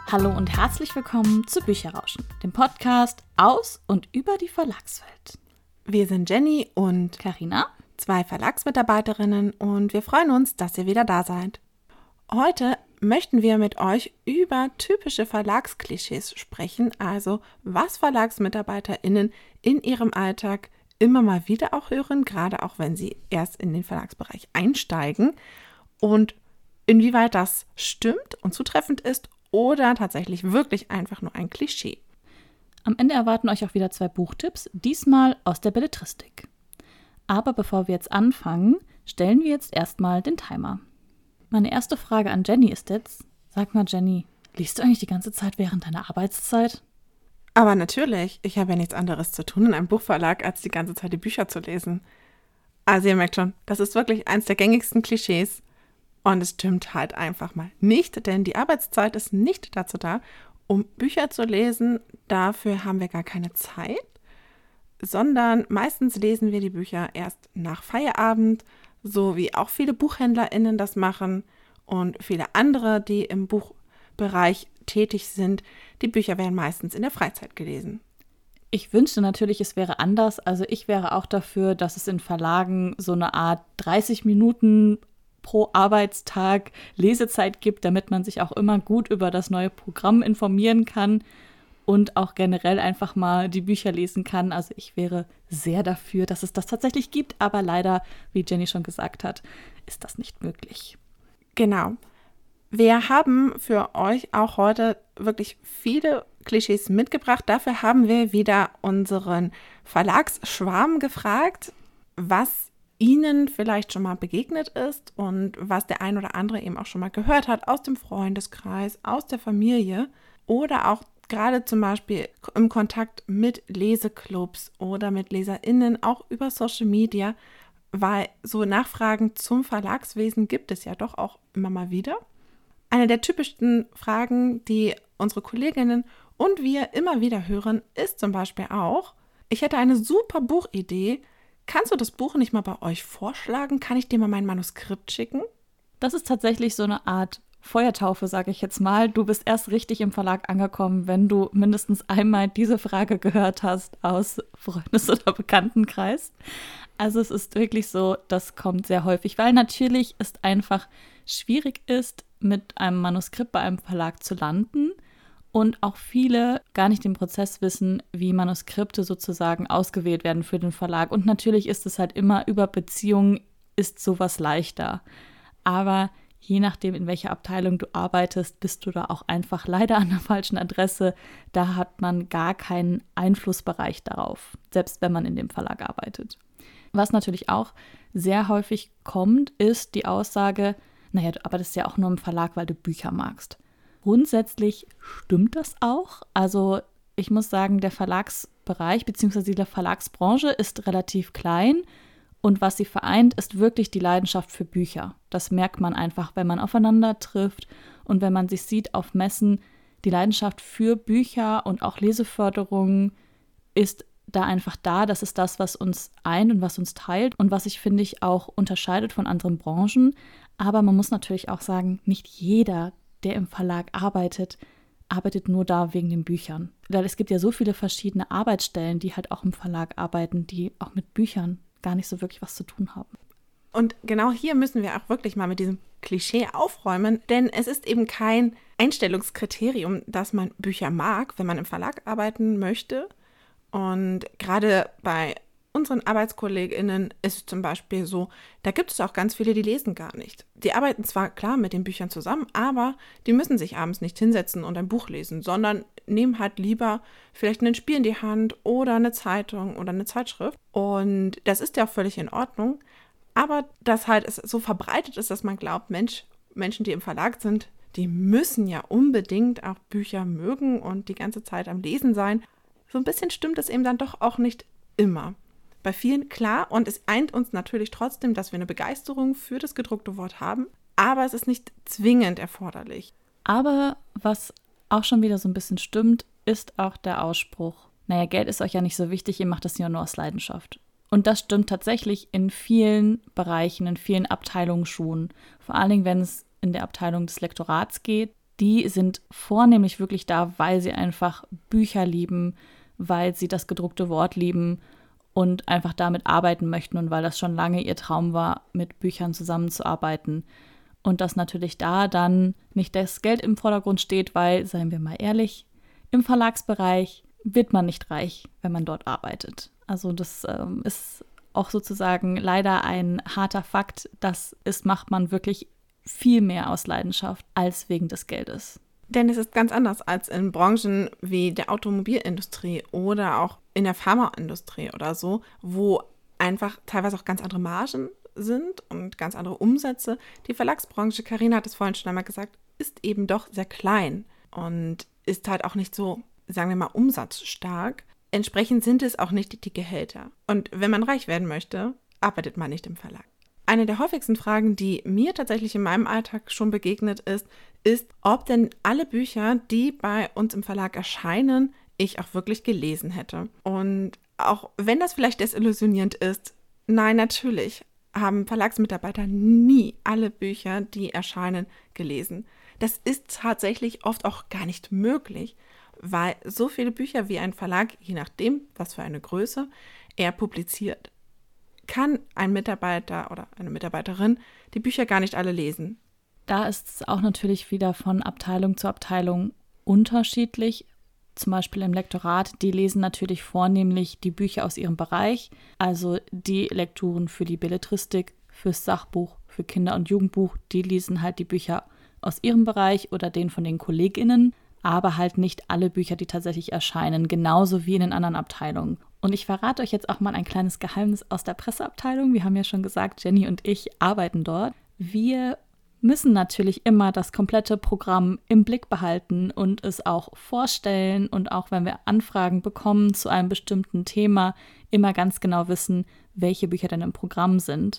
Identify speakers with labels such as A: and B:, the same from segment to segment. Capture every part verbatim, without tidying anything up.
A: Hallo und herzlich willkommen zu Bücherrauschen, dem Podcast aus und über die Verlagswelt.
B: Wir sind Jenny und
A: Carina,
B: zwei Verlagsmitarbeiterinnen, und wir freuen uns, dass ihr wieder da seid. Heute möchten wir mit euch über typische Verlagsklischees sprechen, also was VerlagsmitarbeiterInnen in ihrem Alltag immer mal wieder auch hören, gerade auch wenn sie erst in den Verlagsbereich einsteigen, und inwieweit das stimmt und zutreffend ist oder tatsächlich wirklich einfach nur ein Klischee.
A: Am Ende erwarten euch auch wieder zwei Buchtipps, diesmal aus der Belletristik. Aber bevor wir jetzt anfangen, stellen wir jetzt erstmal den Timer. Meine erste Frage an Jenny ist jetzt, sag mal Jenny, liest du eigentlich die ganze Zeit während deiner Arbeitszeit?
B: Aber natürlich, ich habe ja nichts anderes zu tun in einem Buchverlag, als die ganze Zeit die Bücher zu lesen. Also ihr merkt schon, das ist wirklich eins der gängigsten Klischees. Und es stimmt halt einfach mal nicht, denn die Arbeitszeit ist nicht dazu da, um Bücher zu lesen. Dafür haben wir gar keine Zeit, sondern meistens lesen wir die Bücher erst nach Feierabend, so wie auch viele BuchhändlerInnen das machen und viele andere, die im Buchbereich tätig sind. Die Bücher werden meistens in der Freizeit gelesen.
A: Ich wünschte natürlich, es wäre anders. Also ich wäre auch dafür, dass es in Verlagen so eine Art dreißig Minuten pro Arbeitstag Lesezeit gibt, damit man sich auch immer gut über das neue Programm informieren kann und auch generell einfach mal die Bücher lesen kann. Also ich wäre sehr dafür, dass es das tatsächlich gibt, aber leider, wie Jenny schon gesagt hat, ist das nicht möglich.
B: Genau. Wir haben für euch auch heute wirklich viele Klischees mitgebracht. Dafür haben wir wieder unseren Verlagsschwarm gefragt, was Ihnen vielleicht schon mal begegnet ist und was der ein oder andere eben auch schon mal gehört hat aus dem Freundeskreis, aus der Familie oder auch gerade zum Beispiel im Kontakt mit Leseclubs oder mit LeserInnen, auch über Social Media, weil so Nachfragen zum Verlagswesen gibt es ja doch auch immer mal wieder. Eine der typischsten Fragen, die unsere Kolleginnen und wir immer wieder hören, ist zum Beispiel auch: Ich hätte eine super Buchidee. Kannst du das Buch nicht mal bei euch vorschlagen? Kann ich dir mal mein Manuskript schicken?
A: Das ist tatsächlich so eine Art Feuertaufe, sage ich jetzt mal. Du bist erst richtig im Verlag angekommen, wenn du mindestens einmal diese Frage gehört hast aus Freundes- oder Bekanntenkreis. Also es ist wirklich so, das kommt sehr häufig, weil natürlich es einfach schwierig ist, mit einem Manuskript bei einem Verlag zu landen. Und auch viele gar nicht den Prozess wissen, wie Manuskripte sozusagen ausgewählt werden für den Verlag. Und natürlich ist es halt immer über Beziehungen ist sowas leichter. Aber je nachdem, in welcher Abteilung du arbeitest, bist du da auch einfach leider an der falschen Adresse. Da hat man gar keinen Einflussbereich darauf, selbst wenn man in dem Verlag arbeitet. Was natürlich auch sehr häufig kommt, ist die Aussage, naja, du arbeitest ja auch nur im Verlag, weil du Bücher magst. Grundsätzlich stimmt das auch. Also ich muss sagen, der Verlagsbereich bzw. die Verlagsbranche ist relativ klein und was sie vereint, ist wirklich die Leidenschaft für Bücher. Das merkt man einfach, wenn man aufeinander trifft und wenn man sich sieht auf Messen. Die Leidenschaft für Bücher und auch Leseförderung ist da einfach da. Das ist das, was uns eint und was uns teilt und was sich, finde ich, auch unterscheidet von anderen Branchen. Aber man muss natürlich auch sagen, nicht jeder, der im Verlag arbeitet, arbeitet nur da wegen den Büchern. Weil es gibt ja so viele verschiedene Arbeitsstellen, die halt auch im Verlag arbeiten, die auch mit Büchern gar nicht so wirklich was zu tun haben.
B: Und genau hier müssen wir auch wirklich mal mit diesem Klischee aufräumen, denn es ist eben kein Einstellungskriterium, dass man Bücher mag, wenn man im Verlag arbeiten möchte. Und gerade bei unseren ArbeitskollegInnen ist es zum Beispiel so, da gibt es auch ganz viele, die lesen gar nicht. Die arbeiten zwar klar mit den Büchern zusammen, aber die müssen sich abends nicht hinsetzen und ein Buch lesen, sondern nehmen halt lieber vielleicht ein Spiel in die Hand oder eine Zeitung oder eine Zeitschrift. Und das ist ja auch völlig in Ordnung. Aber dass halt es so verbreitet ist, dass man glaubt, Mensch, Menschen, die im Verlag sind, die müssen ja unbedingt auch Bücher mögen und die ganze Zeit am Lesen sein. So ein bisschen stimmt es eben dann doch auch nicht immer. Bei vielen klar, und es eint uns natürlich trotzdem, dass wir eine Begeisterung für das gedruckte Wort haben, aber es ist nicht zwingend erforderlich.
A: Aber was auch schon wieder so ein bisschen stimmt, ist auch der Ausspruch: Naja, Geld ist euch ja nicht so wichtig, ihr macht das ja nur aus Leidenschaft. Und das stimmt tatsächlich in vielen Bereichen, in vielen Abteilungen schon. Vor allen Dingen, wenn es in der Abteilung des Lektorats geht. die sind vornehmlich wirklich da, weil sie einfach Bücher lieben, weil sie das gedruckte Wort lieben und einfach damit arbeiten möchten und weil das schon lange ihr Traum war, mit Büchern zusammenzuarbeiten. Und dass natürlich da dann nicht das Geld im Vordergrund steht, weil, seien wir mal ehrlich, im Verlagsbereich wird man nicht reich, wenn man dort arbeitet. Also das ähm, ist auch sozusagen leider ein harter Fakt. Das ist, macht man wirklich viel mehr aus Leidenschaft als wegen des Geldes.
B: Denn es ist ganz anders als in Branchen wie der Automobilindustrie oder auch in der Pharmaindustrie oder so, wo einfach teilweise auch ganz andere Margen sind und ganz andere Umsätze. Die Verlagsbranche, Carina hat es vorhin schon einmal gesagt, ist eben doch sehr klein und ist halt auch nicht so, sagen wir mal, umsatzstark. Entsprechend sind es auch nicht die Gehälter. Und wenn man reich werden möchte, arbeitet man nicht im Verlag. Eine der häufigsten Fragen, die mir tatsächlich in meinem Alltag schon begegnet ist, ist, ob denn alle Bücher, die bei uns im Verlag erscheinen, ich auch wirklich gelesen hätte. Und auch wenn das vielleicht desillusionierend ist, nein, natürlich haben Verlagsmitarbeiter nie alle Bücher, die erscheinen, gelesen. Das ist tatsächlich oft auch gar nicht möglich, weil so viele Bücher wie ein Verlag, je nachdem, was für eine Größe, er publiziert, kann ein Mitarbeiter oder eine Mitarbeiterin die Bücher gar nicht alle lesen.
A: Da ist es auch natürlich wieder von Abteilung zu Abteilung unterschiedlich. Zum Beispiel im Lektorat, die lesen natürlich vornehmlich die Bücher aus ihrem Bereich, also die Lekturen für die Belletristik, fürs Sachbuch, für Kinder- und Jugendbuch, die lesen halt die Bücher aus ihrem Bereich oder den von den KollegInnen, aber halt nicht alle Bücher, die tatsächlich erscheinen, genauso wie in den anderen Abteilungen. Und ich verrate euch jetzt auch mal ein kleines Geheimnis aus der Presseabteilung. Wir haben ja schon gesagt, Jenny und ich arbeiten dort. Wir müssen natürlich immer das komplette Programm im Blick behalten und es auch vorstellen und auch wenn wir Anfragen bekommen zu einem bestimmten Thema, immer ganz genau wissen, welche Bücher denn im Programm sind.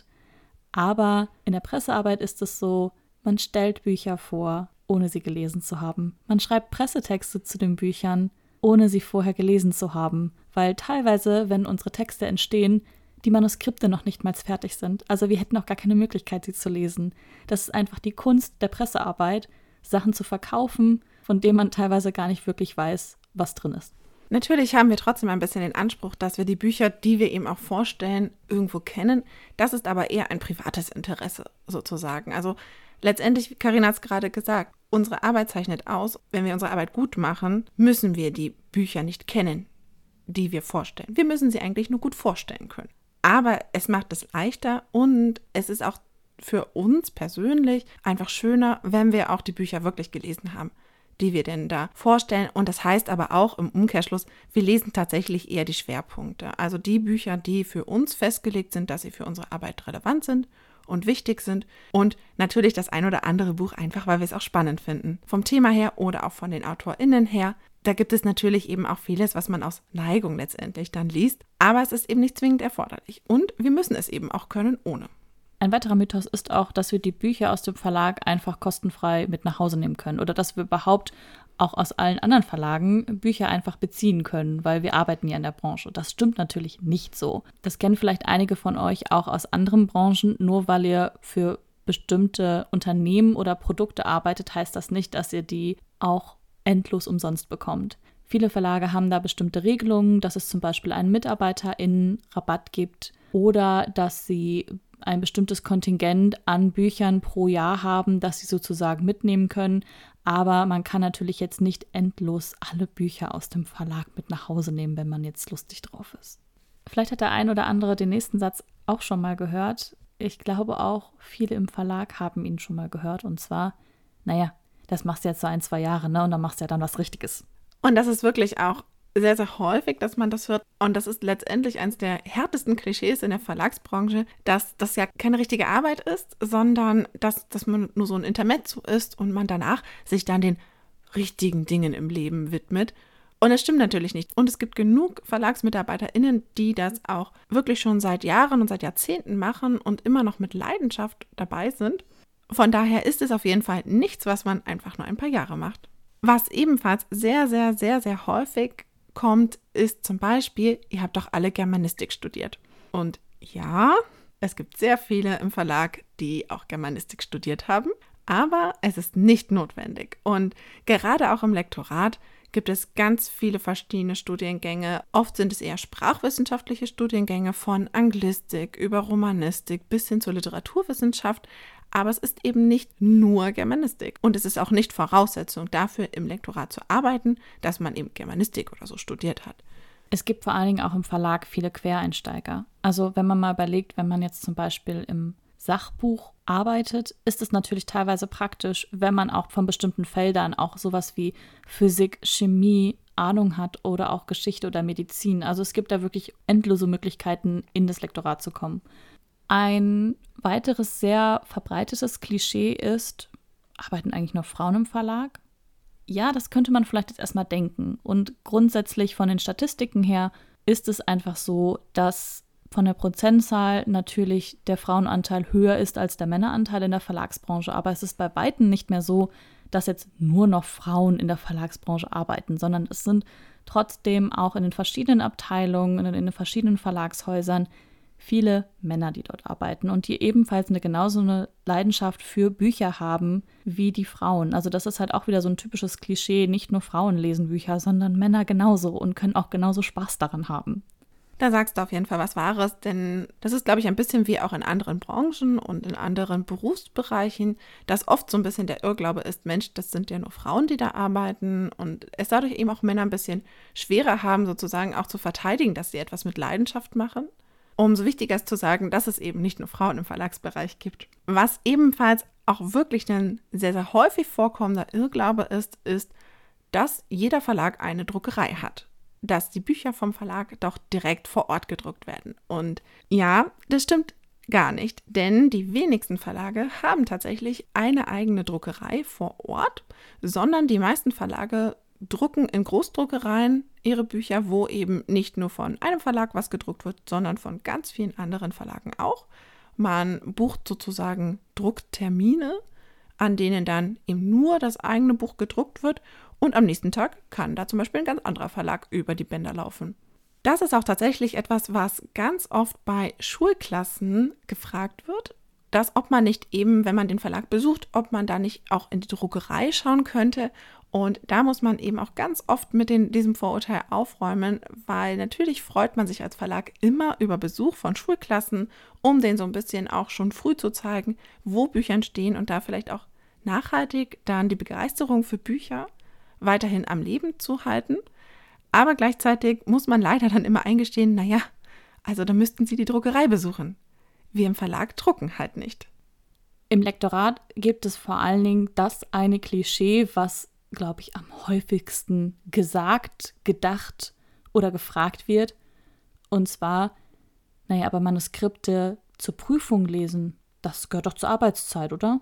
A: Aber in der Pressearbeit ist es so, man stellt Bücher vor, ohne sie gelesen zu haben. Man schreibt Pressetexte zu den Büchern, ohne sie vorher gelesen zu haben, weil teilweise, wenn unsere Texte entstehen, die Manuskripte noch nicht mal fertig sind. Also wir hätten auch gar keine Möglichkeit, sie zu lesen. Das ist einfach die Kunst der Pressearbeit, Sachen zu verkaufen, von denen man teilweise gar nicht wirklich weiß, was drin ist.
B: Natürlich haben wir trotzdem ein bisschen den Anspruch, dass wir die Bücher, die wir eben auch vorstellen, irgendwo kennen. Das ist aber eher ein privates Interesse sozusagen. Also letztendlich, wie Carina hat es gerade gesagt, unsere Arbeit zeichnet aus, wenn wir unsere Arbeit gut machen, müssen wir die Bücher nicht kennen, die wir vorstellen. Wir müssen sie eigentlich nur gut vorstellen können. Aber es macht es leichter und es ist auch für uns persönlich einfach schöner, wenn wir auch die Bücher wirklich gelesen haben, die wir denn da vorstellen. Und das heißt aber auch im Umkehrschluss, wir lesen tatsächlich eher die Schwerpunkte. Also die Bücher, die für uns festgelegt sind, dass sie für unsere Arbeit relevant sind und wichtig sind. Und natürlich das ein oder andere Buch einfach, weil wir es auch spannend finden. Vom Thema her oder auch von den AutorInnen her. Da gibt es natürlich eben auch vieles, was man aus Neigung letztendlich dann liest. Aber es ist eben nicht zwingend erforderlich. Und wir müssen es eben auch können ohne.
A: Ein weiterer Mythos ist auch, dass wir die Bücher aus dem Verlag einfach kostenfrei mit nach Hause nehmen können oder dass wir überhaupt auch aus allen anderen Verlagen Bücher einfach beziehen können, weil wir arbeiten ja in der Branche. Das stimmt natürlich nicht so. Das kennen vielleicht einige von euch auch aus anderen Branchen. Nur weil ihr für bestimmte Unternehmen oder Produkte arbeitet, heißt das nicht, dass ihr die auch endlos umsonst bekommt. Viele Verlage haben da bestimmte Regelungen, dass es zum Beispiel einen MitarbeiterInnen-Rabatt gibt oder dass sie ein bestimmtes Kontingent an Büchern pro Jahr haben, das sie sozusagen mitnehmen können. Aber man kann natürlich jetzt nicht endlos alle Bücher aus dem Verlag mit nach Hause nehmen, wenn man jetzt lustig drauf ist. Vielleicht hat der ein oder andere den nächsten Satz auch schon mal gehört. Ich glaube auch, viele im Verlag haben ihn schon mal gehört. Und zwar, naja, das machst du jetzt so ein, zwei Jahre, ne? Und dann machst du ja dann was Richtiges.
B: Und das ist wirklich auch sehr, sehr häufig, dass man das hört. Und das ist letztendlich eines der härtesten Klischees in der Verlagsbranche, dass das ja keine richtige Arbeit ist, sondern dass, dass man nur so ein Intermezzo ist und man danach sich dann den richtigen Dingen im Leben widmet. Und das stimmt natürlich nicht. Und es gibt genug VerlagsmitarbeiterInnen, die das auch wirklich schon seit Jahren und seit Jahrzehnten machen und immer noch mit Leidenschaft dabei sind. Von daher ist es auf jeden Fall nichts, was man einfach nur ein paar Jahre macht. Was ebenfalls sehr, sehr, sehr, sehr häufig kommt, ist zum Beispiel, ihr habt doch alle Germanistik studiert. Und ja, es gibt sehr viele im Verlag, die auch Germanistik studiert haben. Aber es ist nicht notwendig. Und gerade auch im Lektorat gibt es ganz viele verschiedene Studiengänge. Oft sind es eher sprachwissenschaftliche Studiengänge von Anglistik über Romanistik bis hin zur Literaturwissenschaft. Aber es ist eben nicht nur Germanistik. Und es ist auch nicht Voraussetzung dafür, im Lektorat zu arbeiten, dass man eben Germanistik oder so studiert hat.
A: Es gibt vor allen Dingen auch im Verlag viele Quereinsteiger. Also wenn man mal überlegt, wenn man jetzt zum Beispiel im Sachbuch arbeitet, ist es natürlich teilweise praktisch, wenn man auch von bestimmten Feldern auch sowas wie Physik, Chemie, Ahnung hat oder auch Geschichte oder Medizin. Also es gibt da wirklich endlose Möglichkeiten, in das Lektorat zu kommen. Ein weiteres sehr verbreitetes Klischee ist, arbeiten eigentlich nur Frauen im Verlag? Ja, das könnte man vielleicht jetzt erstmal denken. Und grundsätzlich von den Statistiken her ist es einfach so, dass von der Prozentzahl natürlich der Frauenanteil höher ist als der Männeranteil in der Verlagsbranche. Aber es ist bei weitem nicht mehr so, dass jetzt nur noch Frauen in der Verlagsbranche arbeiten, sondern es sind trotzdem auch in den verschiedenen Abteilungen, in den verschiedenen Verlagshäusern viele Männer, die dort arbeiten und die ebenfalls eine genauso eine Leidenschaft für Bücher haben wie die Frauen. Also das ist halt auch wieder so ein typisches Klischee, nicht nur Frauen lesen Bücher, sondern Männer genauso und können auch genauso Spaß daran haben.
B: Da sagst du auf jeden Fall was Wahres, denn das ist, glaube ich, ein bisschen wie auch in anderen Branchen und in anderen Berufsbereichen, dass oft so ein bisschen der Irrglaube ist, Mensch, das sind ja nur Frauen, die da arbeiten und es dadurch eben auch Männer ein bisschen schwerer haben, sozusagen auch zu verteidigen, dass sie etwas mit Leidenschaft machen. Umso wichtiger ist zu sagen, dass es eben nicht nur Frauen im Verlagsbereich gibt. Was ebenfalls auch wirklich ein sehr, sehr häufig vorkommender Irrglaube ist, ist, dass jeder Verlag eine Druckerei hat. Dass die Bücher vom Verlag doch direkt vor Ort gedruckt werden. Und ja, das stimmt gar nicht, denn die wenigsten Verlage haben tatsächlich eine eigene Druckerei vor Ort, sondern die meisten Verlage drucken in Großdruckereien ihre Bücher, wo eben nicht nur von einem Verlag was gedruckt wird, sondern von ganz vielen anderen Verlagen auch. Man bucht sozusagen Drucktermine, an denen dann eben nur das eigene Buch gedruckt wird und am nächsten Tag kann da zum Beispiel ein ganz anderer Verlag über die Bänder laufen. Das ist auch tatsächlich etwas, was ganz oft bei Schulklassen gefragt wird, dass ob man nicht eben, wenn man den Verlag besucht, ob man da nicht auch in die Druckerei schauen könnte. Und da muss man eben auch ganz oft mit den, diesem Vorurteil aufräumen, weil natürlich freut man sich als Verlag immer über Besuch von Schulklassen, um denen so ein bisschen auch schon früh zu zeigen, wo Bücher entstehen und da vielleicht auch nachhaltig dann die Begeisterung für Bücher weiterhin am Leben zu halten. Aber gleichzeitig muss man leider dann immer eingestehen, naja, also da müssten Sie die Druckerei besuchen. Wir im Verlag drucken halt nicht.
A: Im Lektorat gibt es vor allen Dingen das eine Klischee, was, glaube ich, am häufigsten gesagt, gedacht oder gefragt wird. Und zwar, naja, aber Manuskripte zur Prüfung lesen, das gehört doch zur Arbeitszeit, oder?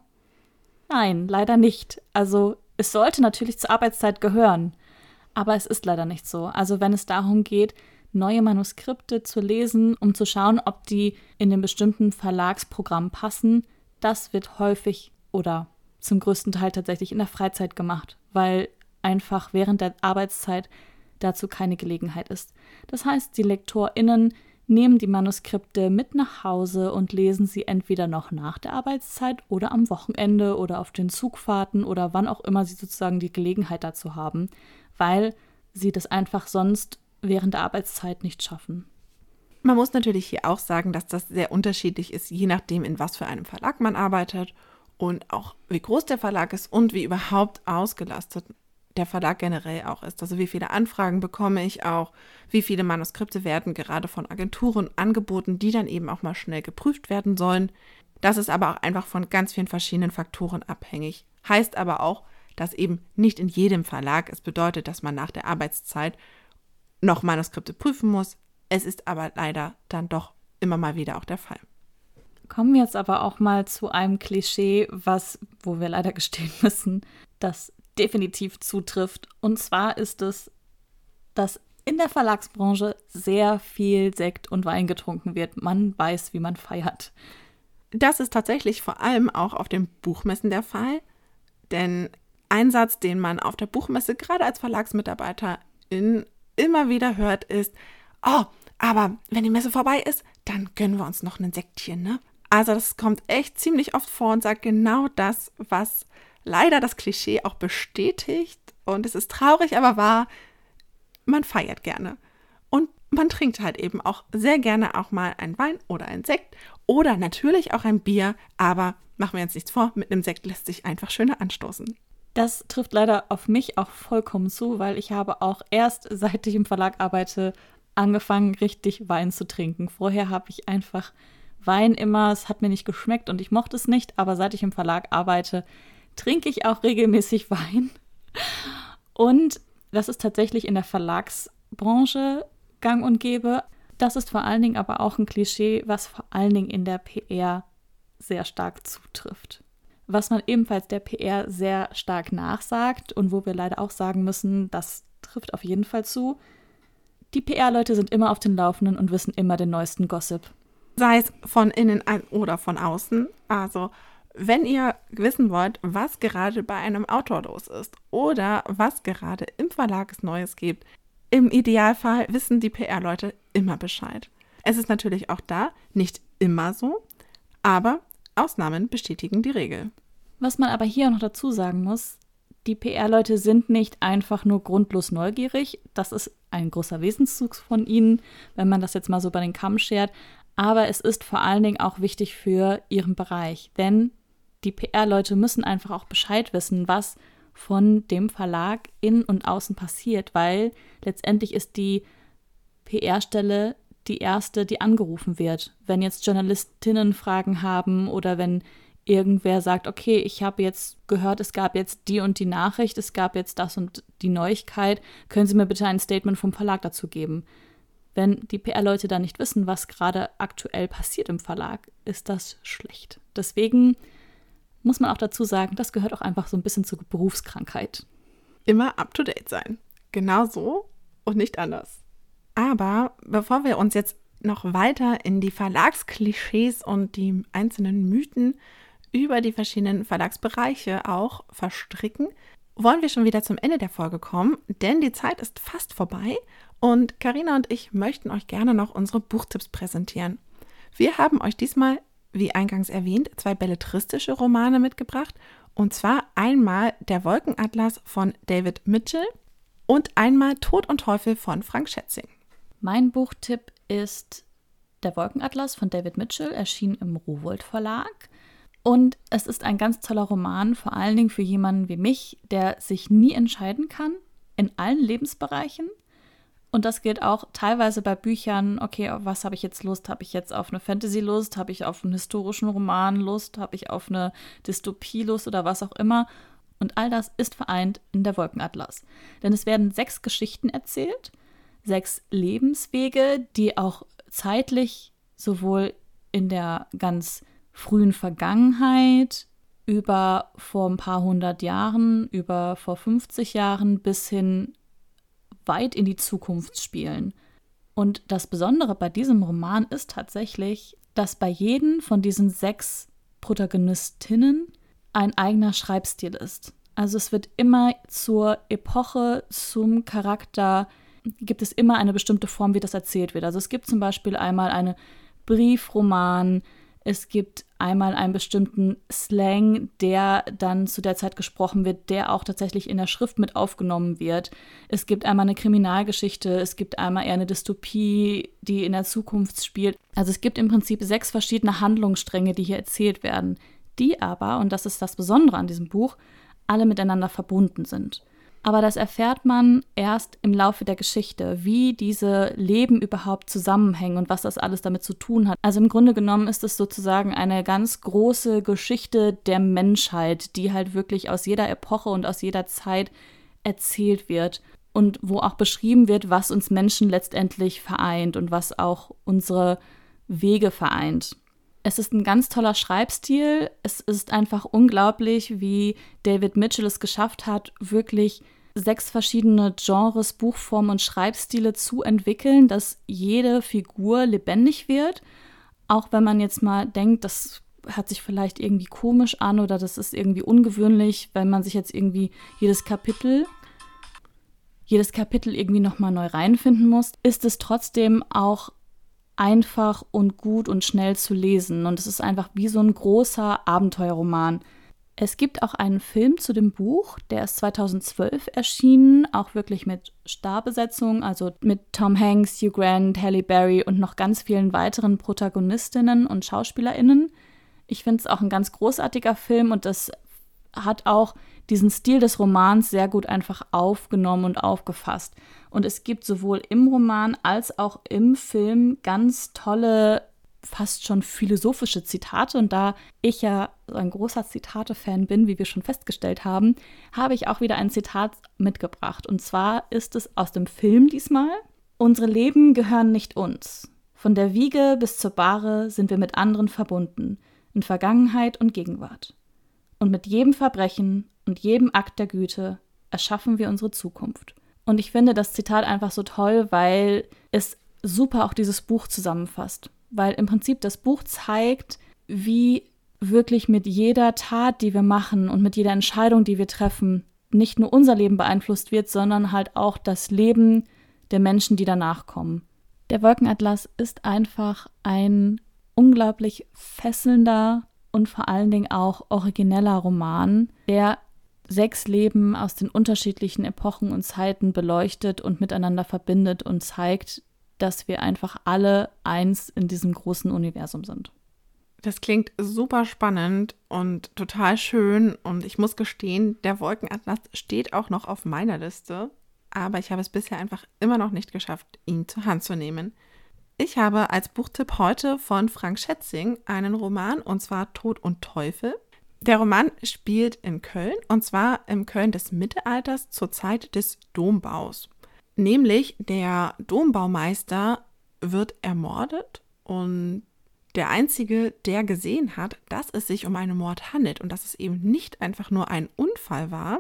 A: Nein, leider nicht. Also es sollte natürlich zur Arbeitszeit gehören, aber es ist leider nicht so. Also wenn es darum geht, neue Manuskripte zu lesen, um zu schauen, ob die in den bestimmten Verlagsprogramm passen, das wird häufig oder zum größten Teil tatsächlich in der Freizeit gemacht, weil einfach während der Arbeitszeit dazu keine Gelegenheit ist. Das heißt, die LektorInnen nehmen die Manuskripte mit nach Hause und lesen sie entweder noch nach der Arbeitszeit oder am Wochenende oder auf den Zugfahrten oder wann auch immer sie sozusagen die Gelegenheit dazu haben, weil sie das einfach sonst während der Arbeitszeit nicht schaffen.
B: Man muss natürlich hier auch sagen, dass das sehr unterschiedlich ist, je nachdem, in was für einem Verlag man arbeitet und auch wie groß der Verlag ist und wie überhaupt ausgelastet der Verlag generell auch ist. Also wie viele Anfragen bekomme ich auch, wie viele Manuskripte werden gerade von Agenturen angeboten, die dann eben auch mal schnell geprüft werden sollen. Das ist aber auch einfach von ganz vielen verschiedenen Faktoren abhängig. Heißt aber auch, dass eben nicht in jedem Verlag es bedeutet, dass man nach der Arbeitszeit noch Manuskripte prüfen muss. Es ist aber leider dann doch immer mal wieder auch der Fall.
A: Kommen wir jetzt aber auch mal zu einem Klischee, was, wo wir leider gestehen müssen, das definitiv zutrifft. Und zwar ist es, dass in der Verlagsbranche sehr viel Sekt und Wein getrunken wird. Man weiß, wie man feiert.
B: Das ist tatsächlich vor allem auch auf den Buchmessen der Fall. Denn ein Satz, den man auf der Buchmesse gerade als Verlagsmitarbeiter in immer wieder hört, ist, oh, aber wenn die Messe vorbei ist, dann gönnen wir uns noch ein Sektchen, ne? Also das kommt echt ziemlich oft vor und sagt genau das, was leider das Klischee auch bestätigt. Und es ist traurig, aber wahr, man feiert gerne. Und man trinkt halt eben auch sehr gerne auch mal einen Wein oder einen Sekt oder natürlich auch ein Bier. Aber machen wir uns nichts vor, mit einem Sekt lässt sich einfach schöner anstoßen.
A: Das trifft leider auf mich auch vollkommen zu, weil ich habe auch erst, seit ich im Verlag arbeite, angefangen, richtig Wein zu trinken. Vorher habe ich einfach Wein immer, es hat mir nicht geschmeckt und ich mochte es nicht, aber seit ich im Verlag arbeite, trinke ich auch regelmäßig Wein. Und das ist tatsächlich in der Verlagsbranche gang und gäbe. Das ist vor allen Dingen aber auch ein Klischee, was vor allen Dingen in der P R sehr stark zutrifft. Was man ebenfalls der P R sehr stark nachsagt und wo wir leider auch sagen müssen, das trifft auf jeden Fall zu. Die P R-Leute sind immer auf den Laufenden und wissen immer den neuesten Gossip.
B: Sei es von innen oder von außen. Also, wenn ihr wissen wollt, was gerade bei einem Autor los ist oder was gerade im Verlag es Neues gibt, im Idealfall wissen die P R-Leute immer Bescheid. Es ist natürlich auch da nicht immer so, aber Ausnahmen bestätigen die Regel.
A: Was man aber hier noch dazu sagen muss, die P R-Leute sind nicht einfach nur grundlos neugierig. Das ist ein großer Wesenszug von ihnen, wenn man das jetzt mal so bei den Kamm schert. Aber es ist vor allen Dingen auch wichtig für ihren Bereich. Denn die P R-Leute müssen einfach auch Bescheid wissen, was von dem Verlag innen und außen passiert. Weil letztendlich ist die P R-Stelle die erste, die angerufen wird. Wenn jetzt Journalistinnen Fragen haben oder wenn irgendwer sagt, okay, ich habe jetzt gehört, es gab jetzt die und die Nachricht, es gab jetzt das und die Neuigkeit, können Sie mir bitte ein Statement vom Verlag dazu geben? Wenn die P R-Leute da nicht wissen, was gerade aktuell passiert im Verlag, ist das schlecht. Deswegen muss man auch dazu sagen, das gehört auch einfach so ein bisschen zur Berufskrankheit.
B: Immer up-to-date sein. Genau so und nicht anders. Aber bevor wir uns jetzt noch weiter in die Verlagsklischees und die einzelnen Mythen über die verschiedenen Verlagsbereiche auch verstricken, wollen wir schon wieder zum Ende der Folge kommen, denn die Zeit ist fast vorbei und Carina und ich möchten euch gerne noch unsere Buchtipps präsentieren. Wir haben euch diesmal, wie eingangs erwähnt, zwei belletristische Romane mitgebracht und zwar einmal Der Wolkenatlas von David Mitchell und einmal Tod und Teufel von Frank Schätzing.
A: Mein Buchtipp ist Der Wolkenatlas von David Mitchell, erschienen im Rowohlt Verlag. Und es ist ein ganz toller Roman, vor allen Dingen für jemanden wie mich, der sich nie entscheiden kann, in allen Lebensbereichen. Und das gilt auch teilweise bei Büchern, okay, auf was habe ich jetzt Lust? Habe ich jetzt auf eine Fantasy-Lust? Habe ich auf einen historischen Roman Lust? Habe ich auf eine Dystopie Lust oder was auch immer? Und all das ist vereint in Der Wolkenatlas. Denn es werden sechs Geschichten erzählt, sechs Lebenswege, die auch zeitlich sowohl in der ganz frühen Vergangenheit, über vor ein paar hundert Jahren, über vor fünfzig Jahren bis hin weit in die Zukunft spielen. Und das Besondere bei diesem Roman ist tatsächlich, dass bei jedem von diesen sechs Protagonistinnen ein eigener Schreibstil ist. Also es wird immer zur Epoche, zum Charakter, gibt es immer eine bestimmte Form, wie das erzählt wird. Also es gibt zum Beispiel einmal einen Briefroman, es gibt einmal einen bestimmten Slang, der dann zu der Zeit gesprochen wird, der auch tatsächlich in der Schrift mit aufgenommen wird. Es gibt einmal eine Kriminalgeschichte, es gibt einmal eher eine Dystopie, die in der Zukunft spielt. Also es gibt im Prinzip sechs verschiedene Handlungsstränge, die hier erzählt werden, die aber, und das ist das Besondere an diesem Buch, alle miteinander verbunden sind. Aber das erfährt man erst im Laufe der Geschichte, wie diese Leben überhaupt zusammenhängen und was das alles damit zu tun hat. Also im Grunde genommen ist es sozusagen eine ganz große Geschichte der Menschheit, die halt wirklich aus jeder Epoche und aus jeder Zeit erzählt wird und wo auch beschrieben wird, was uns Menschen letztendlich vereint und was auch unsere Wege vereint. Es ist ein ganz toller Schreibstil. Es ist einfach unglaublich, wie David Mitchell es geschafft hat, wirklich sechs verschiedene Genres, Buchformen und Schreibstile zu entwickeln, dass jede Figur lebendig wird. Auch wenn man jetzt mal denkt, das hört sich vielleicht irgendwie komisch an oder das ist irgendwie ungewöhnlich, wenn man sich jetzt irgendwie jedes Kapitel, jedes Kapitel irgendwie nochmal neu reinfinden muss, ist es trotzdem auch einfach und gut und schnell zu lesen. Und es ist einfach wie so ein großer Abenteuerroman. Es gibt auch einen Film zu dem Buch, der ist zweitausendzwölf erschienen, auch wirklich mit Starbesetzung, also mit Tom Hanks, Hugh Grant, Halle Berry und noch ganz vielen weiteren Protagonistinnen und SchauspielerInnen. Ich finde es auch ein ganz großartiger Film und das hat auch diesen Stil des Romans sehr gut einfach aufgenommen und aufgefasst. Und es gibt sowohl im Roman als auch im Film ganz tolle, fast schon philosophische Zitate. Und da ich ja so ein großer Zitate-Fan bin, wie wir schon festgestellt haben, habe ich auch wieder ein Zitat mitgebracht. Und zwar ist es aus dem Film diesmal: Unsere Leben gehören nicht uns. Von der Wiege bis zur Bahre sind wir mit anderen verbunden, in Vergangenheit und Gegenwart. Und mit jedem Verbrechen und jedem Akt der Güte erschaffen wir unsere Zukunft. Und ich finde das Zitat einfach so toll, weil es super auch dieses Buch zusammenfasst. Weil im Prinzip das Buch zeigt, wie wirklich mit jeder Tat, die wir machen und mit jeder Entscheidung, die wir treffen, nicht nur unser Leben beeinflusst wird, sondern halt auch das Leben der Menschen, die danach kommen. Der Wolkenatlas ist einfach ein unglaublich fesselnder und vor allen Dingen auch origineller Roman, der sechs Leben aus den unterschiedlichen Epochen und Zeiten beleuchtet und miteinander verbindet und zeigt, dass wir einfach alle eins in diesem großen Universum sind.
B: Das klingt super spannend und total schön und ich muss gestehen, der Wolkenatlas steht auch noch auf meiner Liste, aber ich habe es bisher einfach immer noch nicht geschafft, ihn zur Hand zu nehmen. Ich habe als Buchtipp heute von Frank Schätzing einen Roman, und zwar Tod und Teufel. Der Roman spielt in Köln, und zwar im Köln des Mittelalters zur Zeit des Dombaus. Nämlich der Dombaumeister wird ermordet und der Einzige, der gesehen hat, dass es sich um einen Mord handelt und dass es eben nicht einfach nur ein Unfall war,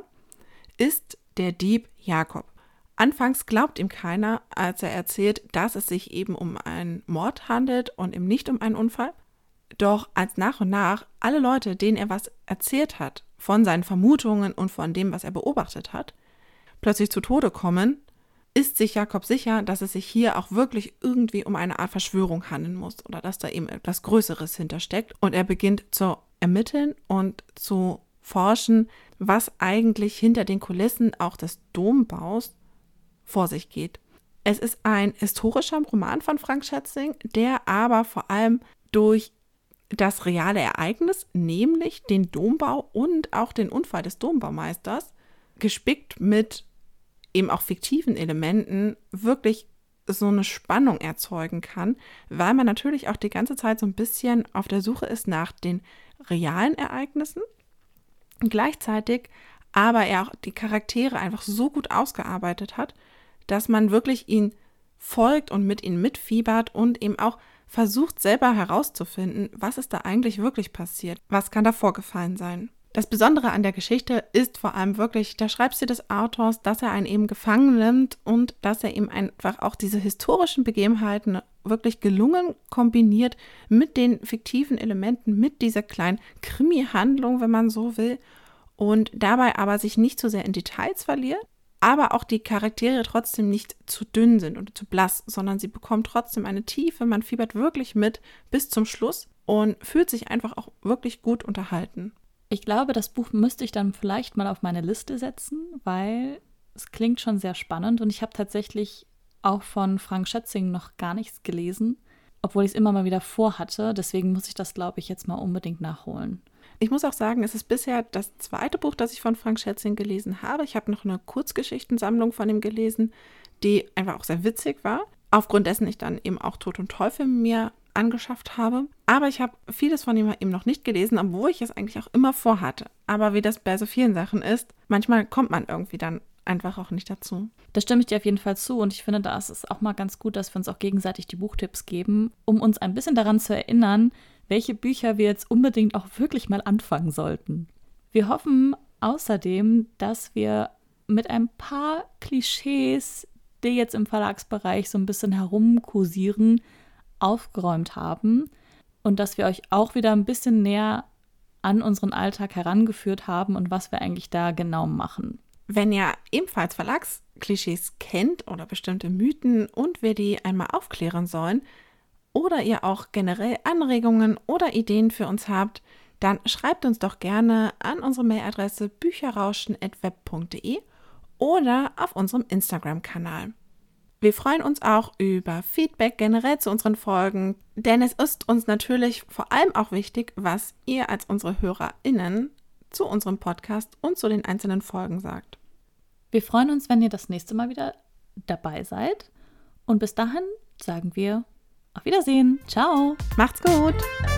B: ist der Dieb Jakob. Anfangs glaubt ihm keiner, als er erzählt, dass es sich eben um einen Mord handelt und eben nicht um einen Unfall. Doch als nach und nach alle Leute, denen er was erzählt hat, von seinen Vermutungen und von dem, was er beobachtet hat, plötzlich zu Tode kommen, ist sich Jakob sicher, dass es sich hier auch wirklich irgendwie um eine Art Verschwörung handeln muss oder dass da eben etwas Größeres hintersteckt. Und er beginnt zu ermitteln und zu forschen, was eigentlich hinter den Kulissen auch des Dombaus vor sich geht. Es ist ein historischer Roman von Frank Schätzing, der aber vor allem durch das reale Ereignis, nämlich den Dombau und auch den Unfall des Dombaumeisters, gespickt mit eben auch fiktiven Elementen, wirklich so eine Spannung erzeugen kann, weil man natürlich auch die ganze Zeit so ein bisschen auf der Suche ist nach den realen Ereignissen. Gleichzeitig aber er auch die Charaktere einfach so gut ausgearbeitet hat, dass man wirklich ihnen folgt und mit ihnen mitfiebert und eben auch versucht selber herauszufinden, was ist da eigentlich wirklich passiert, was kann da vorgefallen sein. Das Besondere an der Geschichte ist vor allem wirklich der Schreibstil des Autors, dass er einen eben gefangen nimmt und dass er eben einfach auch diese historischen Begebenheiten wirklich gelungen kombiniert mit den fiktiven Elementen, mit dieser kleinen Krimi-Handlung, wenn man so will, und dabei aber sich nicht zu sehr in Details verliert, aber auch die Charaktere trotzdem nicht zu dünn sind oder zu blass, sondern sie bekommen trotzdem eine Tiefe, man fiebert wirklich mit bis zum Schluss und fühlt sich einfach auch wirklich gut unterhalten.
A: Ich glaube, das Buch müsste ich dann vielleicht mal auf meine Liste setzen, weil es klingt schon sehr spannend und ich habe tatsächlich auch von Frank Schätzing noch gar nichts gelesen, obwohl ich es immer mal wieder vorhatte. Deswegen muss ich das, glaube ich, jetzt mal unbedingt nachholen.
B: Ich muss auch sagen, es ist bisher das zweite Buch, das ich von Frank Schätzing gelesen habe. Ich habe noch eine Kurzgeschichtensammlung von ihm gelesen, die einfach auch sehr witzig war. Aufgrund dessen ich dann eben auch Tod und Teufel mir angeschafft habe. Aber ich habe vieles von ihm eben noch nicht gelesen, obwohl ich es eigentlich auch immer vorhatte. Aber wie das bei so vielen Sachen ist, manchmal kommt man irgendwie dann einfach auch nicht dazu.
A: Da stimme ich dir auf jeden Fall zu und ich finde, da ist es auch mal ganz gut, dass wir uns auch gegenseitig die Buchtipps geben, um uns ein bisschen daran zu erinnern, welche Bücher wir jetzt unbedingt auch wirklich mal anfangen sollten. Wir hoffen außerdem, dass wir mit ein paar Klischees, die jetzt im Verlagsbereich so ein bisschen herumkursieren, aufgeräumt haben und dass wir euch auch wieder ein bisschen näher an unseren Alltag herangeführt haben und was wir eigentlich da genau machen.
B: Wenn ihr ebenfalls Verlagsklischees kennt oder bestimmte Mythen und wir die einmal aufklären sollen, oder ihr auch generell Anregungen oder Ideen für uns habt, dann schreibt uns doch gerne an unsere Mailadresse bücherrauschen at web punkt de oder auf unserem Instagram-Kanal. Wir freuen uns auch über Feedback generell zu unseren Folgen, denn es ist uns natürlich vor allem auch wichtig, was ihr als unsere HörerInnen zu unserem Podcast und zu den einzelnen Folgen sagt.
A: Wir freuen uns, wenn ihr das nächste Mal wieder dabei seid. Und bis dahin sagen wir auf Wiedersehen. Ciao.
B: Macht's gut.